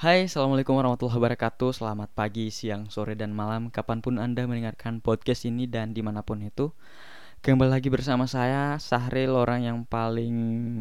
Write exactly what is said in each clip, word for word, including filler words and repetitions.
Hai, Assalamualaikum warahmatullahi wabarakatuh. Selamat pagi, siang, sore, dan malam kapanpun Anda mendengarkan podcast ini dan dimanapun itu. Kembali lagi bersama saya, Sahril, orang yang paling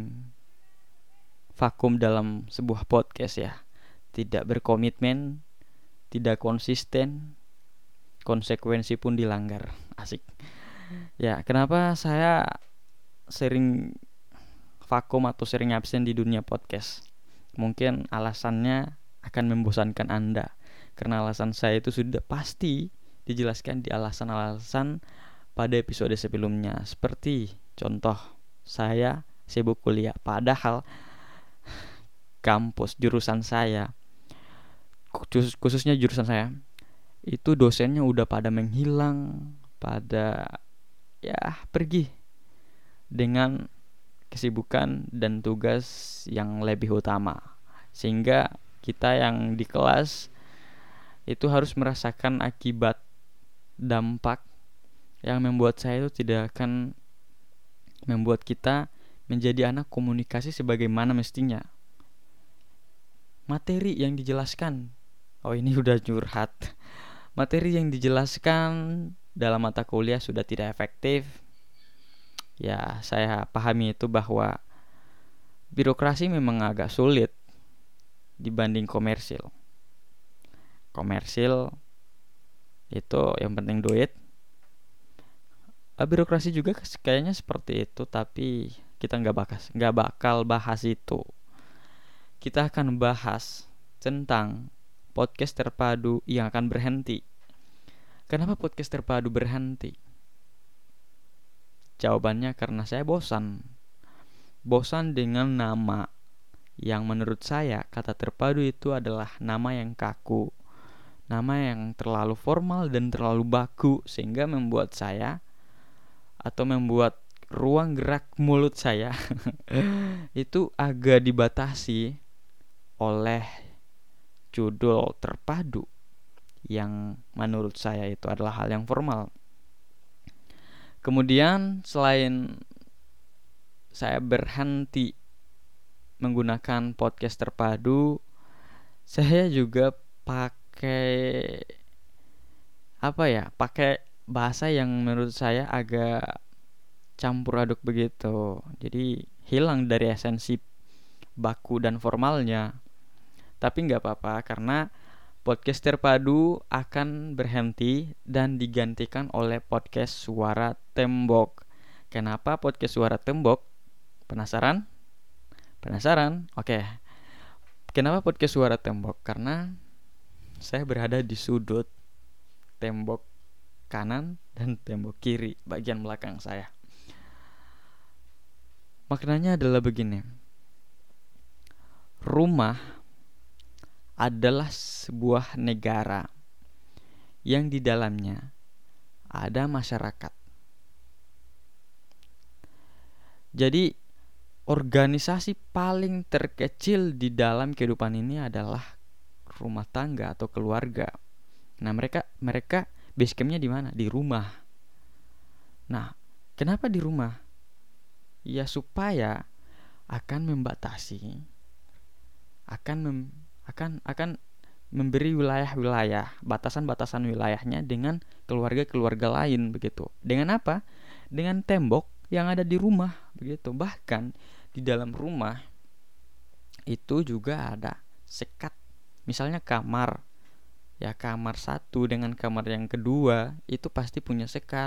vakum dalam sebuah podcast ya. Tidak berkomitmen, tidak konsisten, konsekuensi pun dilanggar. Asik. Ya, kenapa saya sering vakum atau sering absen di dunia podcast? Mungkin alasannya akan membosankan Anda. Karena alasan saya itu sudah pasti dijelaskan di alasan-alasan pada episode sebelumnya. Seperti contoh, saya sibuk kuliah. Padahal kampus jurusan saya, khususnya jurusan saya, itu dosennya udah pada menghilang, pada ya pergi dengan kesibukan dan tugas yang lebih utama. Sehingga kita yang di kelas itu harus merasakan akibat dampak yang membuat saya itu tidak akan membuat kita menjadi anak komunikasi sebagaimana mestinya. Materi yang dijelaskan, oh ini udah curhat. Materi yang dijelaskan dalam mata kuliah sudah tidak efektif. Ya, saya pahami itu bahwa birokrasi memang agak sulit dibanding komersil. Komersil itu yang penting duit. Birokrasi juga kayaknya seperti itu, tapi kita nggak bahas, nggak bakal bahas itu. Kita akan bahas tentang podcast terpadu yang akan berhenti. Kenapa podcast terpadu berhenti? Jawabannya karena saya bosan. Bosan dengan nama yang menurut saya kata terpadu itu adalah nama yang kaku, nama yang terlalu formal dan terlalu baku, sehingga membuat saya atau membuat ruang gerak mulut saya itu agak dibatasi oleh judul terpadu yang menurut saya itu adalah hal yang formal. Kemudian selain saya berhenti menggunakan podcast terpadu, saya juga pakai apa ya? Pakai bahasa yang menurut saya agak campur aduk begitu. Jadi hilang dari esensi baku dan formalnya. Tapi nggak apa-apa karena podcast terpadu akan berhenti dan digantikan oleh podcast suara tembok. Kenapa podcast suara tembok? Penasaran? Penasaran? Oke. Kenapa podcast suara tembok? Karena saya berada di sudut tembok kanan dan tembok kiri bagian belakang saya. Maknanya adalah begini. Rumah adalah sebuah negara yang di dalamnya ada masyarakat. Jadi organisasi paling terkecil di dalam kehidupan ini adalah rumah tangga atau keluarga. Nah, mereka mereka base campnya di mana? Di rumah. Nah, kenapa di rumah? Ya supaya akan membatasi, akan mem, akan akan memberi wilayah-wilayah, batasan-batasan wilayahnya dengan keluarga-keluarga lain begitu. Dengan apa? Dengan tembok yang ada di rumah begitu. Bahkan di dalam rumah itu juga ada sekat. Misalnya kamar, ya kamar satu dengan kamar yang kedua itu pasti punya sekat.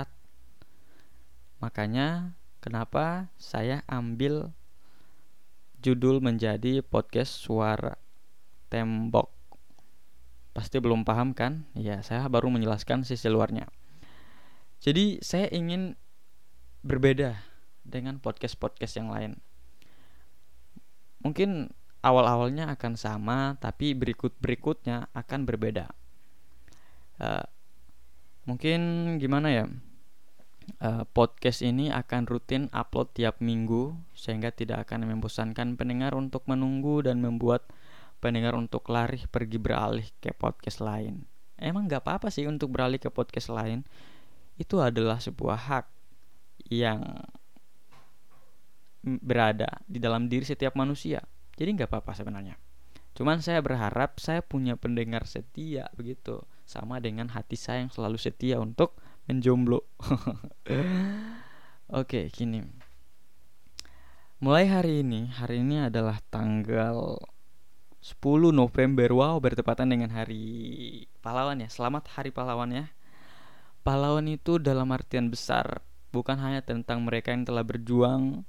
Makanya kenapa saya ambil judul menjadi podcast suara tembok. Pasti belum paham kan? Ya, saya baru menjelaskan sisi luarnya. Jadi saya ingin berbeda dengan podcast-podcast yang lain. Mungkin awal-awalnya akan sama, tapi berikut-berikutnya akan berbeda. Uh, mungkin gimana ya? Uh, podcast ini akan rutin upload tiap minggu, sehingga tidak akan membosankan pendengar untuk menunggu dan membuat pendengar untuk lari pergi beralih ke podcast lain. Emang gak apa-apa sih untuk beralih ke podcast lain. Itu adalah sebuah hak yang berada di dalam diri setiap manusia. Jadi gak apa-apa sebenarnya. Cuman saya berharap saya punya pendengar setia begitu, sama dengan hati saya yang selalu setia untuk menjomblo. Oke, gini. Mulai hari ini, hari ini adalah tanggal sepuluh November. Wow, bertepatan dengan Hari Pahlawan ya. Selamat Hari Pahlawan ya. Pahlawan itu dalam artian besar bukan hanya tentang mereka yang telah berjuang,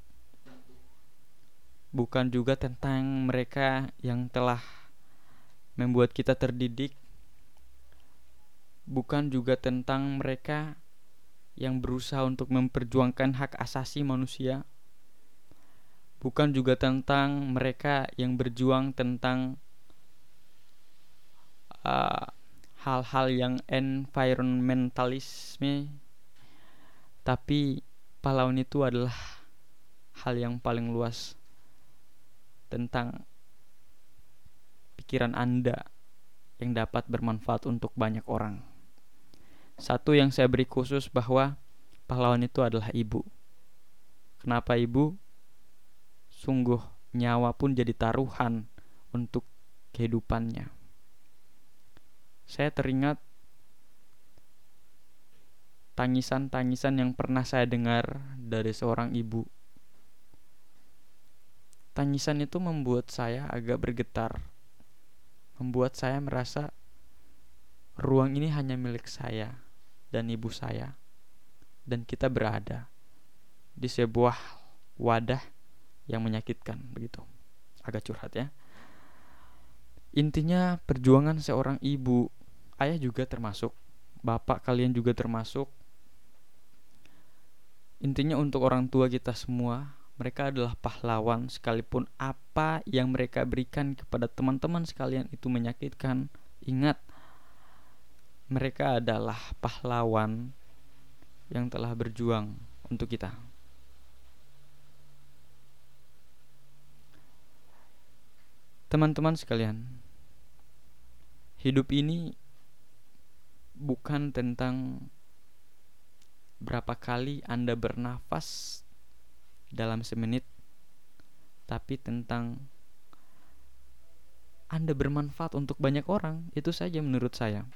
bukan juga tentang mereka yang telah membuat kita terdidik, bukan juga tentang mereka yang berusaha untuk memperjuangkan hak asasi manusia, bukan juga tentang mereka yang berjuang tentang uh, hal-hal yang environmentalisme, tapi pahlawan itu adalah hal yang paling luas tentang pikiran Anda yang dapat bermanfaat untuk banyak orang. Satu yang saya beri khusus bahwa pahlawan itu adalah ibu. Kenapa ibu? Sungguh nyawa pun jadi taruhan untuk kehidupannya. Saya teringat tangisan-tangisan yang pernah saya dengar dari seorang ibu. Tangisan itu membuat saya agak bergetar, membuat saya merasa ruang ini hanya milik saya dan ibu saya, dan kita berada di sebuah wadah yang menyakitkan begitu. Agak curhat ya. Intinya perjuangan seorang ibu, ayah juga termasuk, bapak kalian juga termasuk. Intinya untuk orang tua kita semua, mereka adalah pahlawan sekalipun apa yang mereka berikan kepada teman-teman sekalian itu menyakitkan. Ingat, mereka adalah pahlawan yang telah berjuang untuk kita. Teman-teman sekalian, hidup ini bukan tentang berapa kali Anda bernafas dalam semenit, tapi tentang Anda bermanfaat untuk banyak orang. Itu saja menurut saya.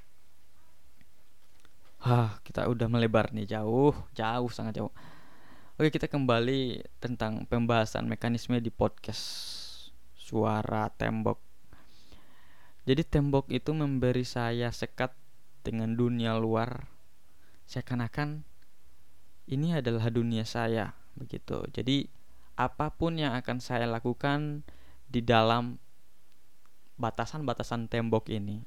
Hah, kita udah melebar nih, jauh, jauh, sangat jauh. Oke, kita kembali tentang pembahasan mekanisme di podcast Suara Tembok. Jadi tembok itu memberi saya sekat dengan dunia luar, seakan-akan ini adalah dunia saya begitu. Jadi apapun yang akan saya lakukan di dalam batasan-batasan tembok ini,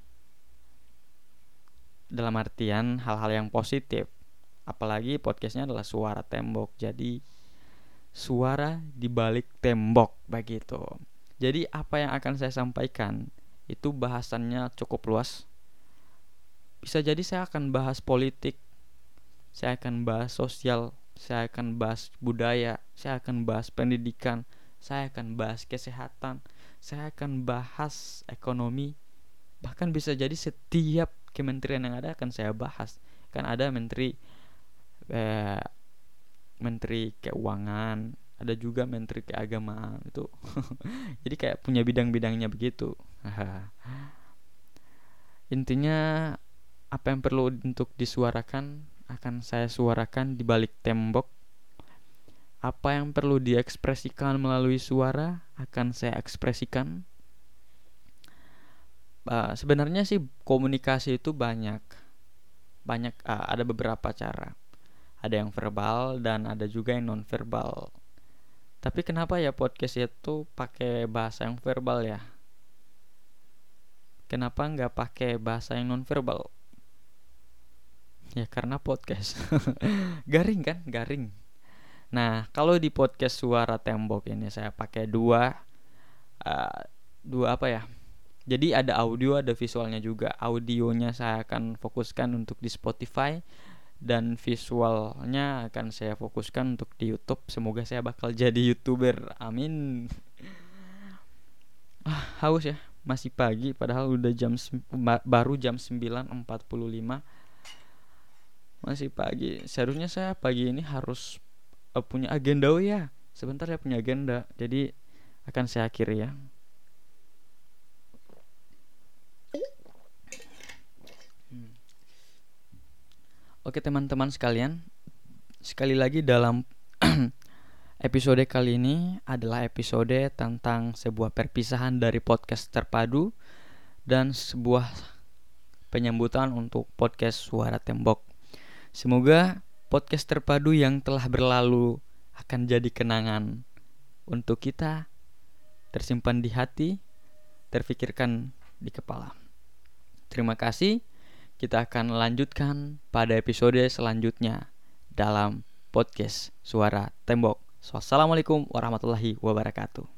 dalam artian hal-hal yang positif. Apalagi podcastnya adalah Suara Tembok, jadi suara di balik tembok begitu. Jadi apa yang akan saya sampaikan itu bahasannya cukup luas. Bisa jadi saya akan bahas politik, saya akan bahas sosial, saya akan bahas budaya, saya akan bahas pendidikan, saya akan bahas kesehatan, saya akan bahas ekonomi. Bahkan bisa jadi setiap kementerian yang ada akan saya bahas. Kan ada menteri eh, menteri keuangan, ada juga menteri keagamaan itu. Jadi kayak punya bidang-bidangnya begitu. Intinya apa yang perlu untuk disuarakan akan saya suarakan di balik tembok. Apa yang perlu diekspresikan melalui suara akan saya ekspresikan. Uh, sebenarnya sih komunikasi itu banyak, banyak uh, ada beberapa cara. Ada yang verbal dan ada juga yang non verbal. Tapi kenapa ya podcast itu pakai bahasa yang verbal ya? Kenapa nggak pakai bahasa yang non verbal? Ya karena podcast. Garing kan, garing. Nah kalau di podcast Suara Tembok ini saya pakai dua, uh, dua apa ya? Jadi ada audio, ada visualnya juga. Audionya saya akan fokuskan untuk di Spotify, dan visualnya akan saya fokuskan untuk di YouTube. Semoga saya bakal jadi YouTuber. Amin. Ah, haus ya. Masih pagi padahal udah jam baru jam sembilan empat puluh lima. Masih pagi. Seharusnya saya pagi ini harus uh, punya agenda. Oh ya, sebentar saya punya agenda. Jadi akan saya akhiri ya. Oke teman-teman sekalian, sekali lagi dalam episode kali ini adalah episode tentang sebuah perpisahan dari podcast terpadu dan sebuah penyambutan untuk podcast Suara Tembok. Semoga podcast terpadu yang telah berlalu akan jadi kenangan untuk kita, tersimpan di hati, terfikirkan di kepala. Terima kasih. Kita akan lanjutkan pada episode selanjutnya dalam podcast Suara Tembok. Wassalamualaikum warahmatullahi wabarakatuh.